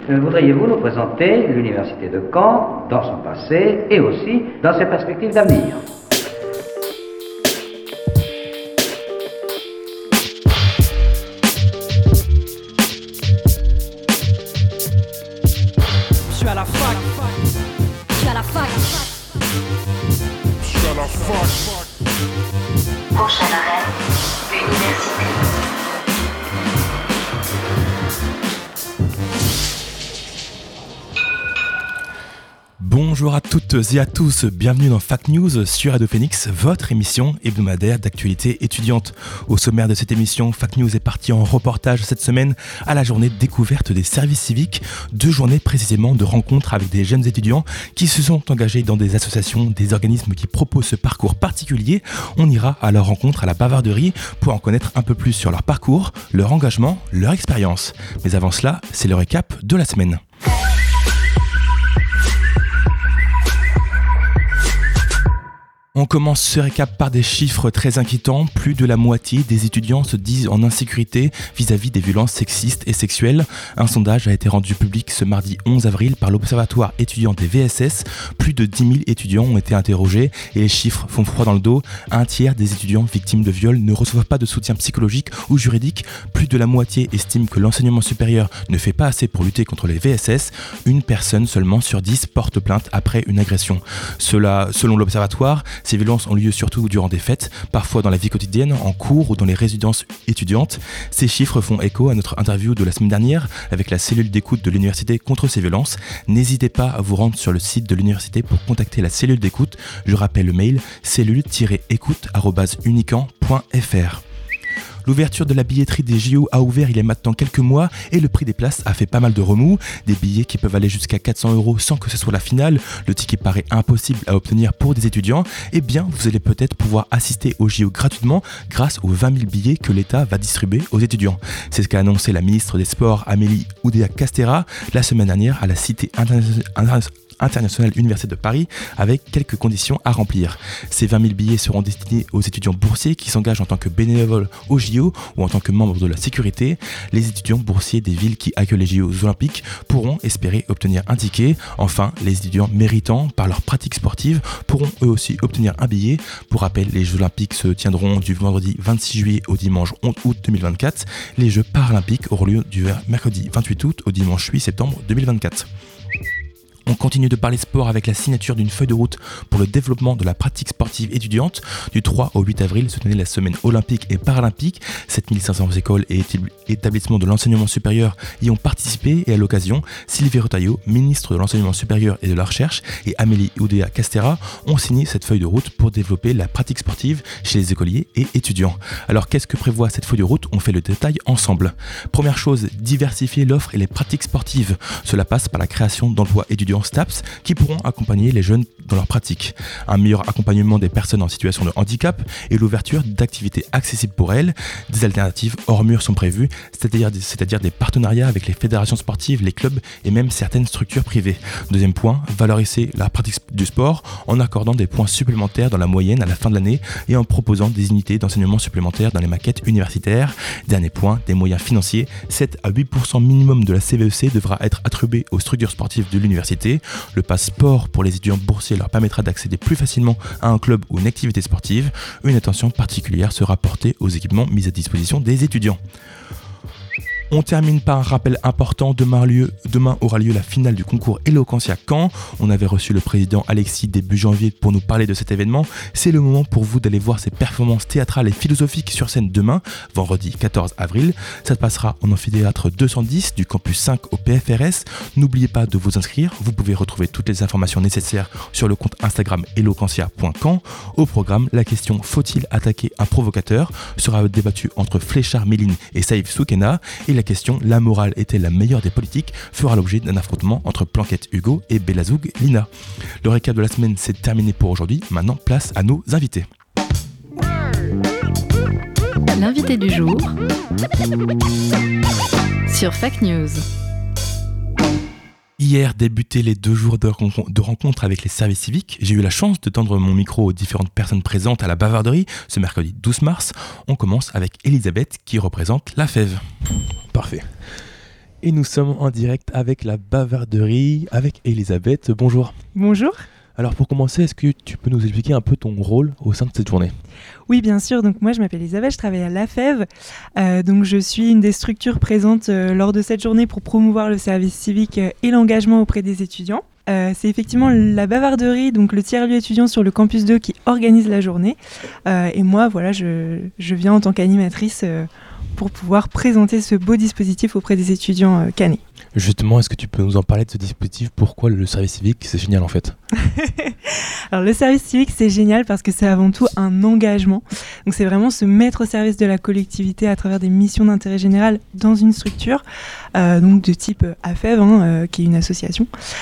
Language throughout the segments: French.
Voudriez-vous nous présenter l'université de Caen dans son passé et aussi dans ses perspectives d'avenir? Je suis à la fac. Je suis à la fac. Je suis à la fac. Prochain arrêt, l'université. Bonjour à toutes et à tous, bienvenue dans Fac News sur Radio Phoenix, votre émission hebdomadaire d'actualité étudiante. Au sommaire de cette émission, Fac News est parti en reportage cette semaine à la journée découverte des services civiques, 2 journées précisément de rencontres avec des jeunes étudiants qui se sont engagés dans des associations, des organismes qui proposent ce parcours particulier. On ira à leur rencontre à la bavarderie pour en connaître un peu plus sur leur parcours, leur engagement, leur expérience. Mais avant cela, c'est le récap de la semaine. On commence ce récap par des chiffres très inquiétants. Plus de la moitié des étudiants se disent en insécurité vis-à-vis des violences sexistes et sexuelles. Un sondage a été rendu public ce mardi 11 avril par l'Observatoire étudiant des VSS. Plus de 10 000 étudiants ont été interrogés et les chiffres font froid dans le dos. Un tiers des étudiants victimes de viol ne reçoivent pas de soutien psychologique ou juridique. Plus de la moitié estiment que l'enseignement supérieur ne fait pas assez pour lutter contre les VSS. Une personne seulement sur 10 porte plainte après une agression. Cela, selon l'Observatoire, ces violences ont lieu surtout durant des fêtes, parfois dans la vie quotidienne, en cours ou dans les résidences étudiantes. Ces chiffres font écho à notre interview de la semaine dernière avec la cellule d'écoute de l'université contre ces violences. N'hésitez pas à vous rendre sur le site de l'université pour contacter la cellule d'écoute. Je rappelle le mail cellule-écoute@unican.fr. L'ouverture de la billetterie des JO a ouvert il y a maintenant quelques mois et le prix des places a fait pas mal de remous. Des billets qui peuvent aller jusqu'à 400 € sans que ce soit la finale. Le ticket paraît impossible à obtenir pour des étudiants. Eh bien, vous allez peut-être pouvoir assister aux JO gratuitement grâce aux 20 000 billets que l'État va distribuer aux étudiants. C'est ce qu'a annoncé la ministre des Sports Amélie Oudéa-Castéra la semaine dernière à la Cité internationale Université de Paris avec quelques conditions à remplir. Ces 20 000 billets seront destinés aux étudiants boursiers qui s'engagent en tant que bénévoles aux JO ou en tant que membres de la sécurité. Les étudiants boursiers des villes qui accueillent les JO olympiques pourront espérer obtenir un ticket. Enfin, les étudiants méritants par leur pratique sportive pourront eux aussi obtenir un billet. Pour rappel, les Jeux olympiques se tiendront du vendredi 26 juillet au dimanche 11 août 2024. Les Jeux paralympiques auront lieu du mercredi 28 août au dimanche 8 septembre 2024. On continue de parler sport avec la signature d'une feuille de route pour le développement de la pratique sportive étudiante. Du 3 au 8 avril se tenait la semaine olympique et paralympique. 7500 écoles et établissements de l'enseignement supérieur y ont participé et à l'occasion, Sylvie Retailleau, ministre de l'enseignement supérieur et de la recherche, et Amélie Oudéa-Castéra ont signé cette feuille de route pour développer la pratique sportive chez les écoliers et étudiants. Alors qu'est-ce que prévoit cette feuille de route? On fait le détail ensemble. Première chose, diversifier l'offre et les pratiques sportives. Cela passe par la création d'emplois étudiants STAPS qui pourront accompagner les jeunes dans leur pratique. Un meilleur accompagnement des personnes en situation de handicap et l'ouverture d'activités accessibles pour elles. Des alternatives hors murs sont prévues, c'est-à-dire des partenariats avec les fédérations sportives, les clubs et même certaines structures privées. Deuxième point, valoriser la pratique du sport en accordant des points supplémentaires dans la moyenne à la fin de l'année et en proposant des unités d'enseignement supplémentaires dans les maquettes universitaires. Dernier point, des moyens financiers. 7 à 8% minimum de la CVEC devra être attribué aux structures sportives de l'université. Le passeport pour les étudiants boursiers leur permettra d'accéder plus facilement à un club ou une activité sportive. Une attention particulière sera portée aux équipements mis à disposition des étudiants. On termine par un rappel important. Demain aura lieu la finale du concours Eloquentia Caen. On avait reçu le président Alexis début janvier pour nous parler de cet événement. C'est le moment pour vous d'aller voir ses performances théâtrales et philosophiques sur scène demain, vendredi 14 avril. Ça se passera en amphithéâtre 210 du campus 5 au PFRS. N'oubliez pas de vous inscrire. Vous pouvez retrouver toutes les informations nécessaires sur le compte Instagram eloquentia.camp. Au programme, la question faut-il attaquer un provocateur sera débattue entre Fléchard Méline et Saïf Soukena. Et la question, la morale était la meilleure des politiques, fera l'objet d'un affrontement entre Planquette Hugo et Belazoug Lina. Le récap de la semaine, c'est terminé pour aujourd'hui. Maintenant, place à nos invités. L'invité du jour sur Fac News. Hier débutaient les 2 jours de rencontre avec les services civiques. J'ai eu la chance de tendre mon micro aux différentes personnes présentes à la bavarderie ce mercredi 12 mars. On commence avec Elisabeth qui représente la FEV. Parfait. Et nous sommes en direct avec la bavarderie, avec Elisabeth. Bonjour. Bonjour. Alors pour commencer, est-ce que tu peux nous expliquer un peu ton rôle au sein de cette journée ? Oui, bien sûr. Donc moi, je m'appelle Elisabeth, je travaille à la FEV. Donc je suis une des structures présentes lors de cette journée pour promouvoir le service civique et l'engagement auprès des étudiants. C'est effectivement la bavarderie, donc le tiers-lieu étudiant sur le campus 2 qui organise la journée. Et moi, voilà, je viens en tant qu'animatrice pour pouvoir présenter ce beau dispositif auprès des étudiants cannés. Justement, est-ce que tu peux nous en parler de ce dispositif ? Pourquoi le service civique ? C'est génial en fait. Alors le service civique, c'est génial parce que c'est avant tout un engagement. Donc c'est vraiment se mettre au service de la collectivité à travers des missions d'intérêt général dans une structure, donc de type AFEV, qui est une association.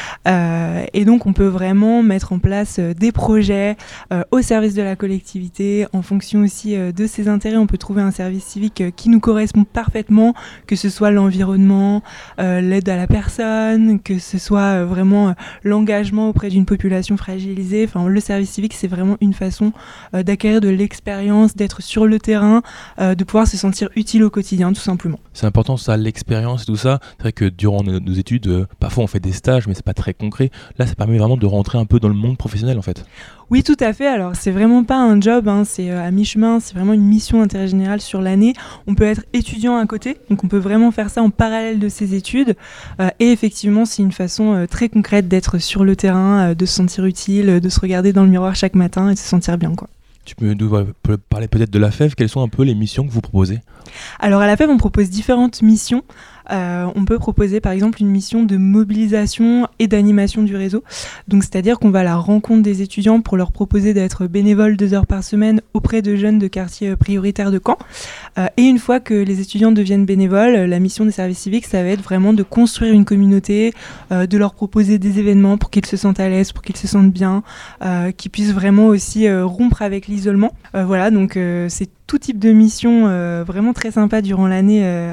Et donc on peut vraiment mettre en place des projets au service de la collectivité. En fonction aussi de ses intérêts, on peut trouver un service civique qui nous correspond parfaitement, que ce soit l'environnement, l'aide à la personne, que ce soit vraiment l'engagement auprès d'une population fragilisée. Enfin, le service civique, c'est vraiment une façon d'acquérir de l'expérience, d'être sur le terrain, de pouvoir se sentir utile au quotidien, tout simplement. C'est important ça, l'expérience et tout ça. C'est vrai que durant nos études, parfois on fait des stages, mais c'est pas très concret. Là, ça permet vraiment de rentrer un peu dans le monde professionnel en fait. Oui, tout à fait. Alors, c'est vraiment pas un job, c'est à mi-chemin, c'est vraiment une mission d'intérêt général sur l'année. On peut être étudiant à côté, donc on peut vraiment faire ça en parallèle de ses études. Et effectivement, c'est une façon très concrète d'être sur le terrain, de se sentir utile, de se regarder dans le miroir chaque matin et de se sentir bien, quoi. Tu peux nous parler peut-être de la FEV, quelles sont un peu les missions que vous proposez ? Alors à la FEV, on propose différentes missions. On peut proposer par exemple une mission de mobilisation et d'animation du réseau. Donc c'est-à-dire qu'on va à la rencontre des étudiants pour leur proposer d'être bénévoles 2 heures par semaine auprès de jeunes de quartiers prioritaires de Caen. Et une fois que les étudiants deviennent bénévoles, la mission des services civiques, ça va être vraiment de construire une communauté, de leur proposer des événements pour qu'ils se sentent à l'aise, pour qu'ils se sentent bien, qu'ils puissent vraiment aussi rompre avec l'isolement. Voilà, donc c'est tout type de mission vraiment très sympa durant l'année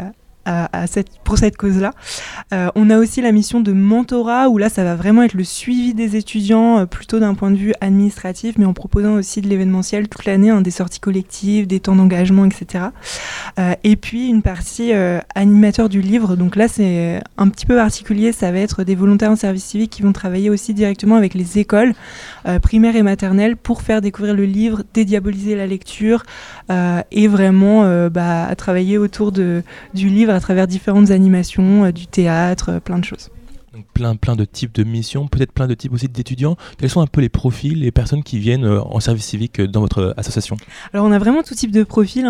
pour cette cause-là. On a aussi la mission de mentorat où là ça va vraiment être le suivi des étudiants plutôt d'un point de vue administratif, mais en proposant aussi de l'événementiel toute l'année, des sorties collectives, des temps d'engagement, etc. Et puis une partie animateur du livre, donc là c'est un petit peu particulier, ça va être des volontaires en service civique qui vont travailler aussi directement avec les écoles primaires et maternelles pour faire découvrir le livre, dédiaboliser la lecture et vraiment travailler autour du livre à travers différentes animations, du théâtre, plein de choses. Donc plein de types de missions, peut-être plein de types aussi d'étudiants. Quels sont un peu les profils, les personnes qui viennent en service civique dans votre association ? Alors on a vraiment tout type de profil,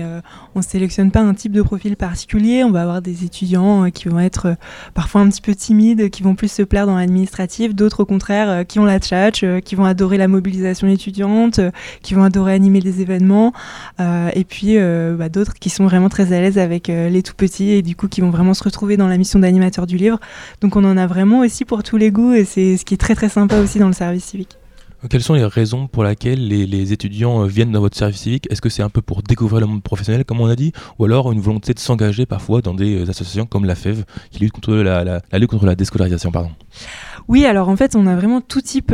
on sélectionne pas un type de profil particulier. On va avoir des étudiants qui vont être parfois un petit peu timides, qui vont plus se plaire dans l'administratif, d'autres au contraire qui ont la tchatche, qui vont adorer la mobilisation étudiante, qui vont adorer animer des événements, et puis d'autres qui sont vraiment très à l'aise avec les tout petits et du coup qui vont vraiment se retrouver dans la mission d'animateur du livre. Donc on en a vraiment aussi pour tous les goûts et c'est ce qui est très très sympa aussi dans le service civique. Quelles sont les raisons pour lesquelles les étudiants viennent dans votre service civique ? Est-ce que c'est un peu pour découvrir le monde professionnel comme on a dit, ou alors une volonté de s'engager parfois dans des associations comme la FEV qui lutte contre la lutte contre la déscolarisation, pardon ? Oui, alors en fait, on a vraiment tout type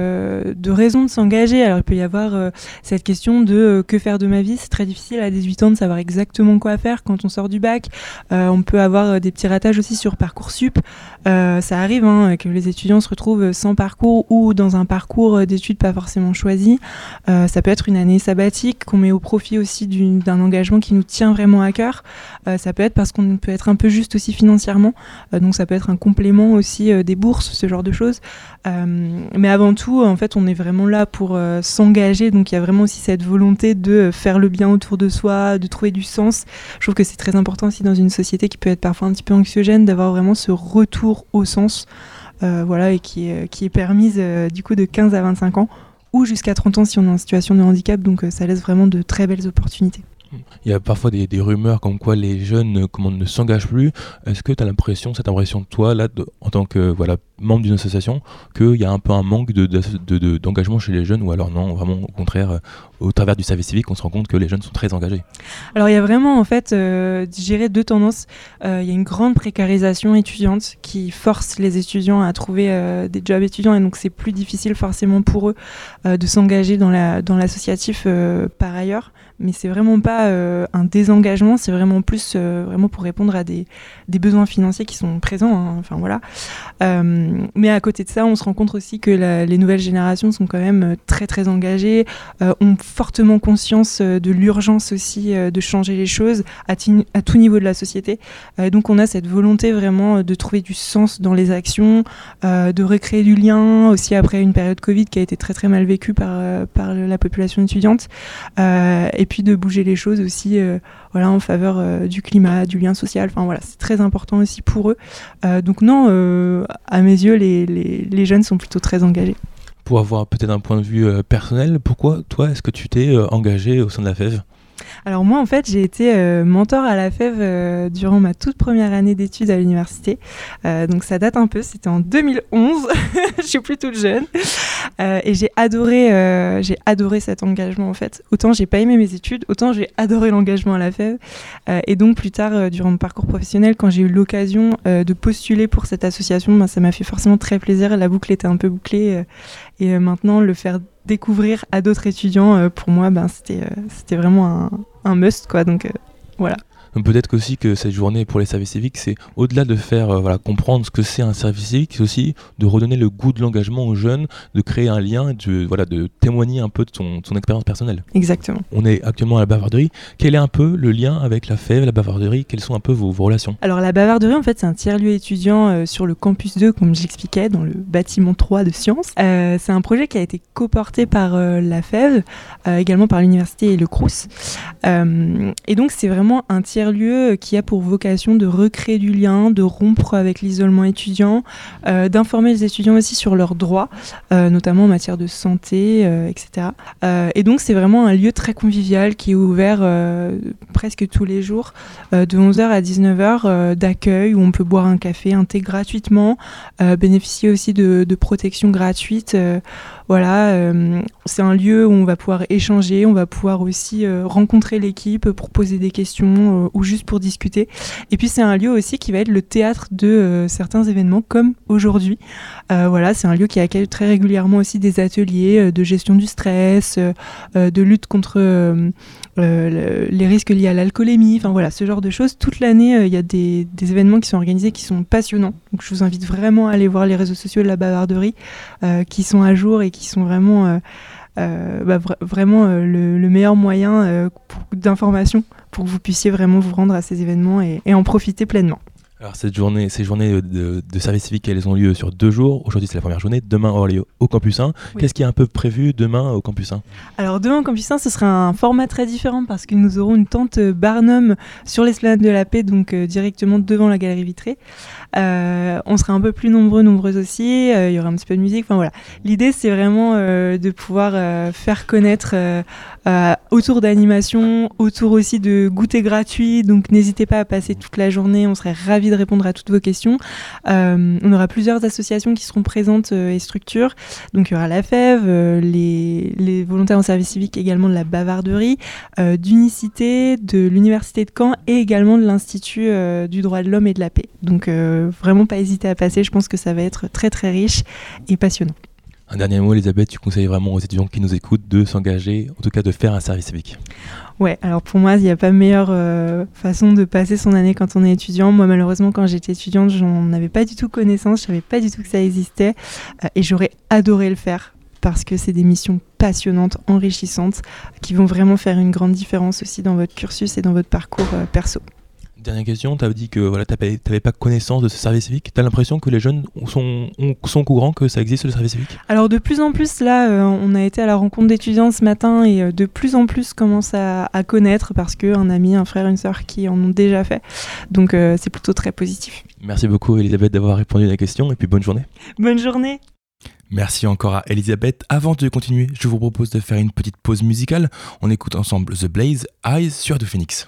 de raisons de s'engager. Alors il peut y avoir cette question de que faire de ma vie. C'est très difficile à 18 ans de savoir exactement quoi faire quand on sort du bac. On peut avoir des petits ratages aussi sur Parcoursup. Ça arrive que les étudiants se retrouvent sans parcours ou dans un parcours d'études pas forcément choisi. Ça peut être une année sabbatique qu'on met au profit aussi d'un engagement qui nous tient vraiment à cœur. Ça peut être parce qu'on peut être un peu juste aussi financièrement. Donc ça peut être un complément aussi des bourses, ce genre de choses. Mais avant tout, en fait, on est vraiment là pour s'engager. Donc il y a vraiment aussi cette volonté de faire le bien autour de soi, de trouver du sens. Je trouve que c'est très important aussi dans une société qui peut être parfois un petit peu anxiogène d'avoir vraiment ce retour au sens, et qui est permise du coup de 15 à 25 ans ou jusqu'à 30 ans si on est en situation de handicap. Donc ça laisse vraiment de très belles opportunités. Il y a parfois des rumeurs comme quoi les jeunes ne s'engagent plus. Est-ce que tu as cette impression toi, là, en tant que membre d'une association, qu'il y a un peu un manque d'engagement chez les jeunes, ou alors non, vraiment au contraire, au travers du service civique, on se rend compte que les jeunes sont très engagés ? Alors il y a vraiment en fait, je dirais 2 tendances. Il y a une grande précarisation étudiante qui force les étudiants à trouver des jobs étudiants, et donc c'est plus difficile forcément pour eux de s'engager dans l'associatif par ailleurs. mais c'est vraiment pas un désengagement, c'est vraiment plus vraiment pour répondre à des besoins financiers qui sont présents, hein. Enfin voilà. Mais à côté de ça, on se rend compte aussi que les nouvelles générations sont quand même très très engagées, ont fortement conscience de l'urgence aussi de changer les choses à tout niveau de la société. Donc on a cette volonté vraiment de trouver du sens dans les actions, de recréer du lien aussi après une période Covid qui a été très très mal vécue par la population étudiante, et puis de bouger les choses aussi voilà, en faveur du climat, du lien social. Enfin voilà, c'est très important aussi pour eux. Donc non, à mes yeux, les jeunes sont plutôt très engagés. Pour avoir peut-être un point de vue personnel, pourquoi toi est-ce que tu t'es engagé au sein de la FEV ? Alors moi en fait j'ai été mentor à la FEV durant ma toute première année d'études à l'université, donc ça date un peu, c'était en 2011, je suis plus toute jeune, et j'ai adoré cet engagement en fait. Autant j'ai pas aimé mes études, autant j'ai adoré l'engagement à la FEV, et donc plus tard durant mon parcours professionnel, quand j'ai eu l'occasion de postuler pour cette association, ça m'a fait forcément très plaisir, la boucle était un peu bouclée, et maintenant le faire découvrir à d'autres étudiants, pour moi, c'était vraiment un must, quoi. Donc voilà. Peut-être qu'aussi que cette journée pour les services civiques, c'est au-delà de faire comprendre ce que c'est un service civique, c'est aussi de redonner le goût de l'engagement aux jeunes, de créer un lien, de témoigner un peu de son expérience personnelle. Exactement. On est actuellement à la bavarderie. Quel est un peu le lien avec la FEV, la bavarderie ? Quelles sont un peu vos relations ? Alors la bavarderie, en fait, c'est un tiers-lieu étudiant sur le campus 2, comme j'expliquais, dans le bâtiment 3 de sciences. C'est un projet qui a été coporté par la FEV, également par l'université et le Crous. Et donc c'est vraiment un tiers-lieu qui a pour vocation de recréer du lien, de rompre avec l'isolement étudiant, d'informer les étudiants aussi sur leurs droits, notamment en matière de santé, etc. Et donc c'est vraiment un lieu très convivial qui est ouvert presque tous les jours, de 11h à 19h, d'accueil où on peut boire un café, un thé gratuitement, bénéficier aussi de protection gratuite. Voilà, c'est un lieu où on va pouvoir échanger, on va pouvoir aussi rencontrer l'équipe pour poser des questions ou juste pour discuter. Et puis c'est un lieu aussi qui va être le théâtre de certains événements comme aujourd'hui. Voilà, c'est un lieu qui accueille très régulièrement aussi des ateliers de gestion du stress, de lutte contre les risques liés à l'alcoolémie, enfin voilà, ce genre de choses. Toute l'année, il y a des événements qui sont organisés qui sont passionnants. Donc je vous invite vraiment à aller voir les réseaux sociaux de la bavarderie qui sont à jour et qui sont vraiment, vraiment le meilleur moyen d'information pour que vous puissiez vraiment vous rendre à ces événements et en profiter pleinement. Alors ces journées de service civique, elles ont lieu sur 2 jours. Aujourd'hui c'est la première journée, demain aura lieu au campus 1. Oui. Qu'est-ce qui est un peu prévu demain au campus 1 ? Alors demain au campus 1, ce sera un format très différent parce que nous aurons une tente Barnum sur l'esplanade de la Paix, donc directement devant la galerie vitrée. On sera un peu plus nombreuses aussi, il y aura un petit peu de musique, enfin voilà. L'idée c'est vraiment de pouvoir faire connaître autour d'animations, autour aussi de goûter gratuits, donc n'hésitez pas à passer toute la journée, on serait ravis de répondre à toutes vos questions. On aura plusieurs associations qui seront présentes et structures, donc il y aura la FEV, les volontaires en service civique également de la bavarderie, d'Unicité, de l'Université de Caen et également de l'Institut du droit de l'homme et de la paix. Donc vraiment pas hésiter à passer, je pense que ça va être très très riche et passionnant. Un dernier mot, Elisabeth, tu conseilles vraiment aux étudiants qui nous écoutent de s'engager, en tout cas de faire un service civique ? Ouais, alors pour moi, il n'y a pas meilleure façon de passer son année quand on est étudiant. Moi, malheureusement, quand j'étais étudiante, j'en avais pas du tout connaissance, je savais pas du tout que ça existait et j'aurais adoré le faire parce que c'est des missions passionnantes, enrichissantes, qui vont vraiment faire une grande différence aussi dans votre cursus et dans votre parcours perso. Dernière question, tu avais dit que tu n'avais pas connaissance de ce service civique. Tu as l'impression que les jeunes sont au courant que ça existe, le service civique ? Alors de plus en plus, là, on a été à la rencontre d'étudiants ce matin et de plus en plus commencent à connaître parce qu'un ami, un frère, une sœur qui en ont déjà fait. Donc c'est plutôt très positif. Merci beaucoup Elisabeth d'avoir répondu à la question et puis bonne journée. Bonne journée. Merci encore à Elisabeth. Avant de continuer, je vous propose de faire une petite pause musicale. On écoute ensemble The Blaze, Eyes sur The Phoenix.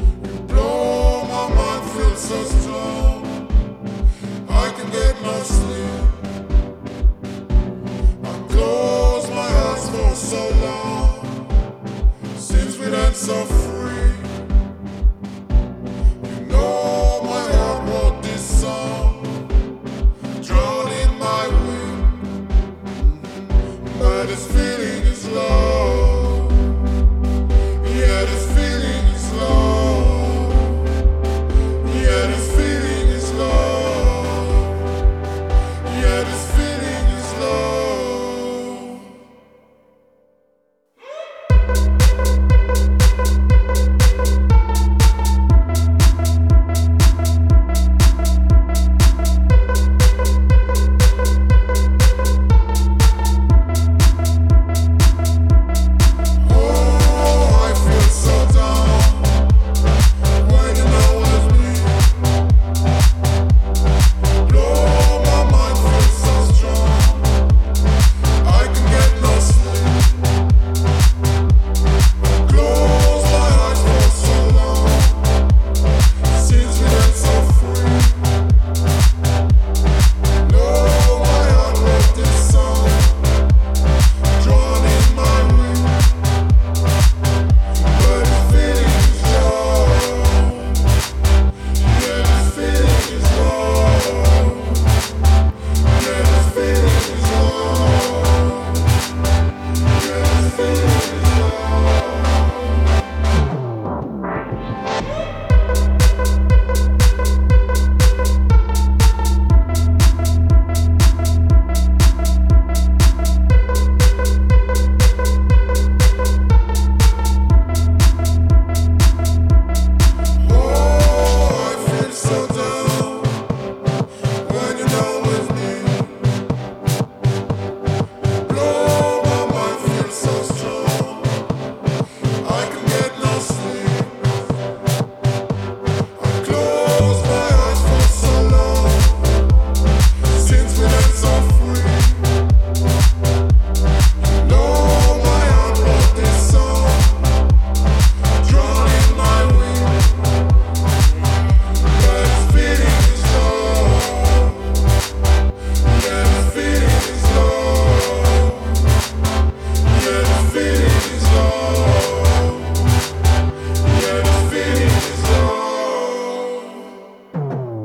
So strong, I can get no sleep. and so free. You know my heart wrote this song, drawn in my wind. But this feeling is love. Yeah, this feeling is love. Yeah, this feeling is love. Yeah, this feeling is love. Oh, I feel so down when you're not with me. Blow my mind, feels so strong. I can get no sleep. Close my eyes for so long since we went so free. Know my heart wrote this song, drawn in my wind. But the feeling is love. Yeah, the feeling is love. Yeah, the feeling is love. Yeah, the feeling is love. Oh, I feel so down when you're not with me. Blow my mind, feels so strong. I can get no sleep. I close my eyes for so long since we went so free. Know my heart wrote this song, drawn in my wind. But the feeling is love. Yeah, the feeling is love. Yeah, the feeling is love. Yeah, the feeling is love.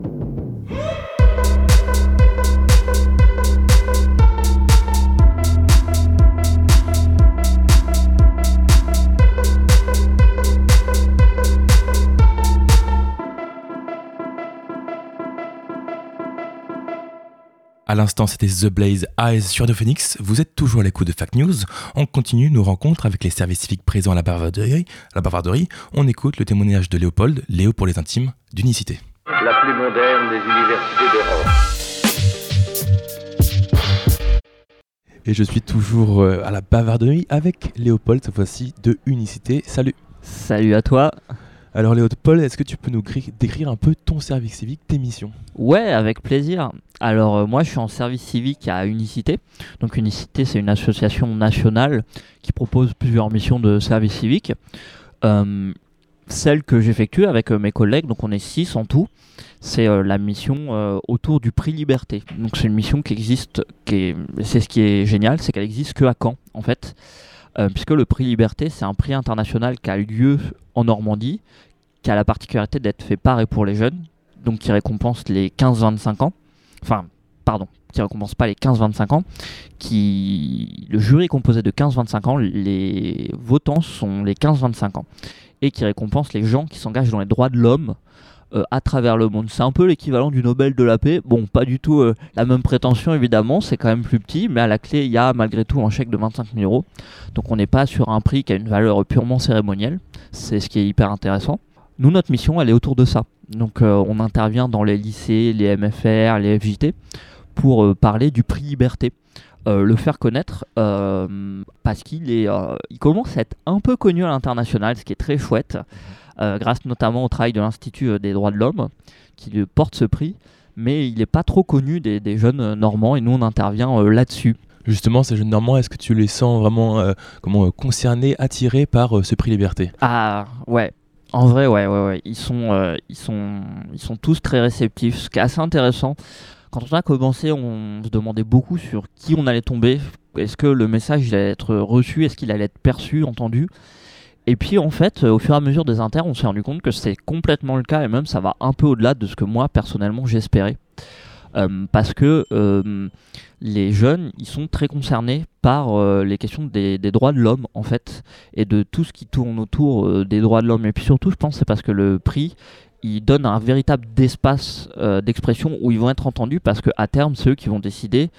À l'instant, c'était The Blaze Eyes sur Radio Phoenix. Vous êtes toujours à l'écoute de Fact News. On continue nos rencontres avec les services civiques présents à la bavarderie. On écoute le témoignage de Léopold, Léo pour les intimes, d'Unicité. La plus moderne des universités d'Europe. Et je suis toujours à la bavarderie avec Léopold, cette fois-ci de Unicité. Salut. Salut à toi. Alors Léopold, est-ce que tu peux nous décrire un peu ton service civique, tes missions ? Ouais, avec plaisir. Alors moi je suis en service civique à Unicité. Donc Unicité c'est une association nationale qui propose plusieurs missions de service civique. Celle que j'effectue avec mes collègues, donc on est 6 en tout, c'est la mission autour du prix Liberté. Donc c'est une mission qui existe, c'est ce qui est génial, c'est qu'elle existe que à Caen en fait. Puisque le prix Liberté c'est un prix international qui a lieu en Normandie, qui a la particularité d'être fait par et pour les jeunes, donc qui récompense les 15-25 ans. Enfin, pardon, qui récompense pas les 15-25 ans. Le jury est composé de 15-25 ans, les votants sont les 15-25 ans. Et qui récompense les gens qui s'engagent dans les droits de l'homme à travers le monde. C'est un peu l'équivalent du Nobel de la paix. Bon, pas du tout la même prétention évidemment, c'est quand même plus petit, mais à la clé, il y a malgré tout un chèque de 25 000 €. Donc on n'est pas sur un prix qui a une valeur purement cérémonielle. C'est ce qui est hyper intéressant. Nous, notre mission, elle est autour de ça. Donc on intervient dans les lycées, les MFR, les FJT pour parler du prix Liberté. Le faire connaître parce qu'il commence à être un peu connu à l'international, ce qui est très chouette, grâce notamment au travail de l'Institut des droits de l'homme qui porte ce prix, mais il n'est pas trop connu des jeunes normands et nous on intervient là-dessus. Justement, ces jeunes normands, est-ce que tu les sens vraiment concernés, attirés par ce prix Liberté ? Ah ouais. En vrai, ouais. Ils sont tous très réceptifs, ce qui est assez intéressant. Quand on a commencé, on se demandait beaucoup sur qui on allait tomber. Est-ce que le message il allait être reçu ? Est-ce qu'il allait être perçu, entendu ? Et puis en fait, au fur et à mesure des inters, on s'est rendu compte que c'est complètement le cas, et même ça va un peu au-delà de ce que moi personnellement j'espérais. Parce que les jeunes, ils sont très concernés par les questions des droits de l'homme en fait, et de tout ce qui tourne autour des droits de l'homme. Et puis surtout, je pense que c'est parce que le prix, il donne un véritable espace d'expression où ils vont être entendus, parce qu'à terme, c'est eux qui vont décider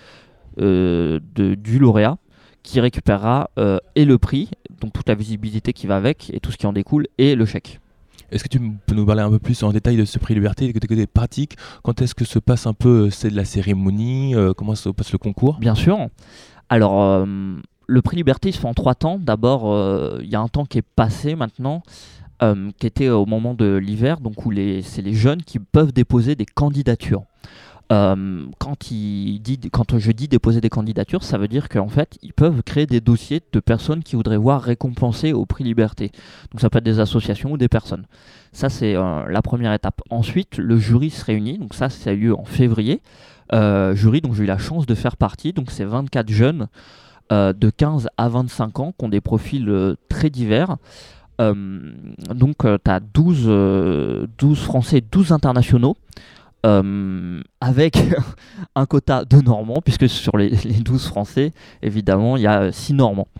du lauréat, qui récupérera et le prix, donc toute la visibilité qui va avec, et tout ce qui en découle, et le chèque. Est-ce que tu peux nous parler un peu plus en détail de ce prix Liberté, des pratiques? Quand est-ce que se passe un peu, c'est de la cérémonie, comment se passe le concours? Bien sûr. Alors, le prix Liberté, il se fait en 3 temps. D'abord, il y a un temps qui est passé maintenant, qui était au moment de l'hiver, donc où c'est les jeunes qui peuvent déposer des candidatures. Quand je dis déposer des candidatures, ça veut dire qu'en fait, ils peuvent créer des dossiers de personnes qui voudraient voir récompenser au prix Liberté. Donc ça peut être des associations ou des personnes. Ça, c'est la première étape. Ensuite, le jury se réunit. Donc ça a eu lieu en février. Jury dont j'ai eu la chance de faire partie. Donc c'est 24 jeunes de 15 à 25 ans qui ont des profils très divers. Donc tu as 12 Français, 12 internationaux. Avec un quota de Normands, puisque sur les 12 Français, évidemment, il y a 6 Normands.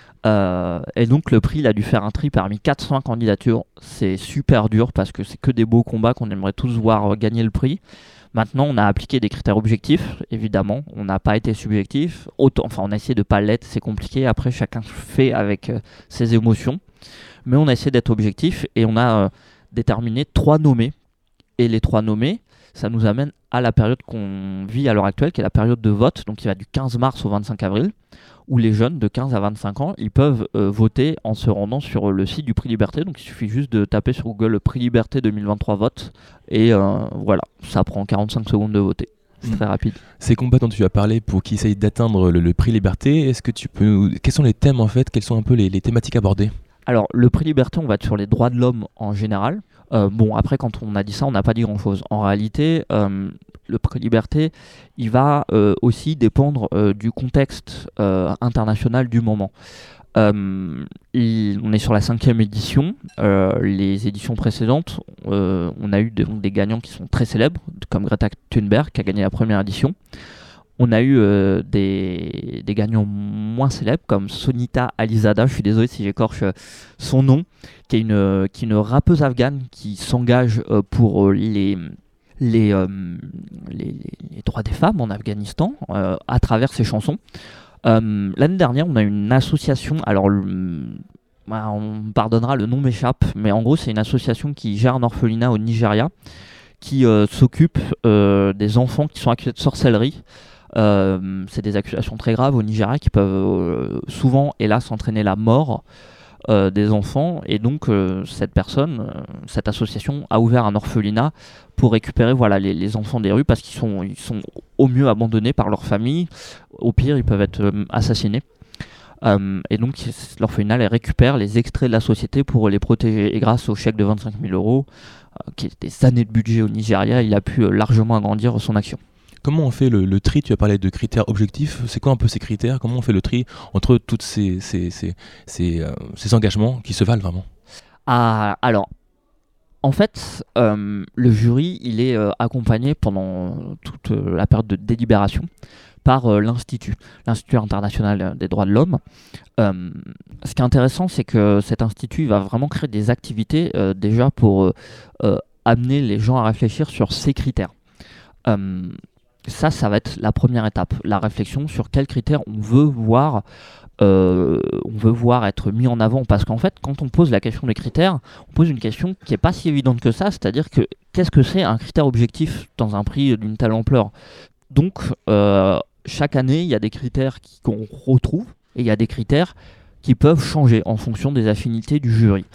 Et donc le prix, il a dû faire un tri parmi 400 candidatures. C'est super dur parce que c'est que des beaux combats qu'on aimerait tous voir gagner le prix. Maintenant, on a appliqué des critères objectifs, évidemment. On n'a pas été subjectif. On a essayé de ne pas l'être, c'est compliqué. Après, chacun fait avec ses émotions. Mais on a essayé d'être objectif et on a déterminé 3 nommés. Et les 3 nommés, ça nous amène à la période qu'on vit à l'heure actuelle, qui est la période de vote, donc qui va du 15 mars au 25 avril, où les jeunes de 15 à 25 ans, ils peuvent voter en se rendant sur le site du Prix Liberté. Donc il suffit juste de taper sur Google le Prix Liberté 2023 vote, et voilà, ça prend 45 secondes de voter. C'est très rapide. Ces combats dont tu as parlé pour qu'ils essayent d'atteindre le Prix Liberté, est-ce que tu peux... Quels sont les thèmes en fait? Quelles sont un peu les thématiques abordées? Alors, le Prix Liberté, on va être sur les droits de l'homme en général. Bon, après, quand on a dit ça, on n'a pas dit grand-chose. En réalité, le Prix Liberté, il va aussi dépendre du contexte international du moment. On est sur la 5e édition. Les éditions précédentes, on a eu des gagnants qui sont très célèbres, comme Greta Thunberg, qui a gagné la première édition. On a eu des gagnants moins célèbres comme Sonita Alizada, je suis désolé si j'écorche son nom, qui est une rappeuse afghane qui s'engage pour les droits des femmes en Afghanistan à travers ses chansons. L'année dernière, on a une association, alors on me pardonnera, le nom m'échappe, mais en gros c'est une association qui gère un orphelinat au Nigeria, qui s'occupe des enfants qui sont accusés de sorcellerie. C'est des accusations très graves au Nigeria qui peuvent souvent, hélas, entraîner la mort des enfants. Et donc, cette association a ouvert un orphelinat pour récupérer les enfants des rues parce qu'ils sont au mieux abandonnés par leur famille. Au pire, ils peuvent être assassinés. Et donc, l'orphelinat les récupère, les extrait de la société pour les protéger. Et grâce au chèque de 25 000 €, qui est des années de budget au Nigeria, il a pu largement agrandir son action. Comment on fait le tri? Tu as parlé de critères objectifs. C'est quoi un peu ces critères? Comment on fait le tri entre tous ces engagements qui se valent vraiment? Alors, en fait, le jury, il est accompagné pendant toute la période de délibération par l'Institut international des droits de l'homme. Ce qui est intéressant, c'est que cet institut va vraiment créer des activités déjà pour amener les gens à réfléchir sur ces critères. Ça va être la première étape, la réflexion sur quels critères on veut voir être mis en avant. Parce qu'en fait, quand on pose la question des critères, on pose une question qui n'est pas si évidente que ça, c'est-à-dire que qu'est-ce que c'est un critère objectif dans un prix d'une telle ampleur? Donc, chaque année, il y a des critères qu'on retrouve et il y a des critères qui peuvent changer en fonction des affinités du jury.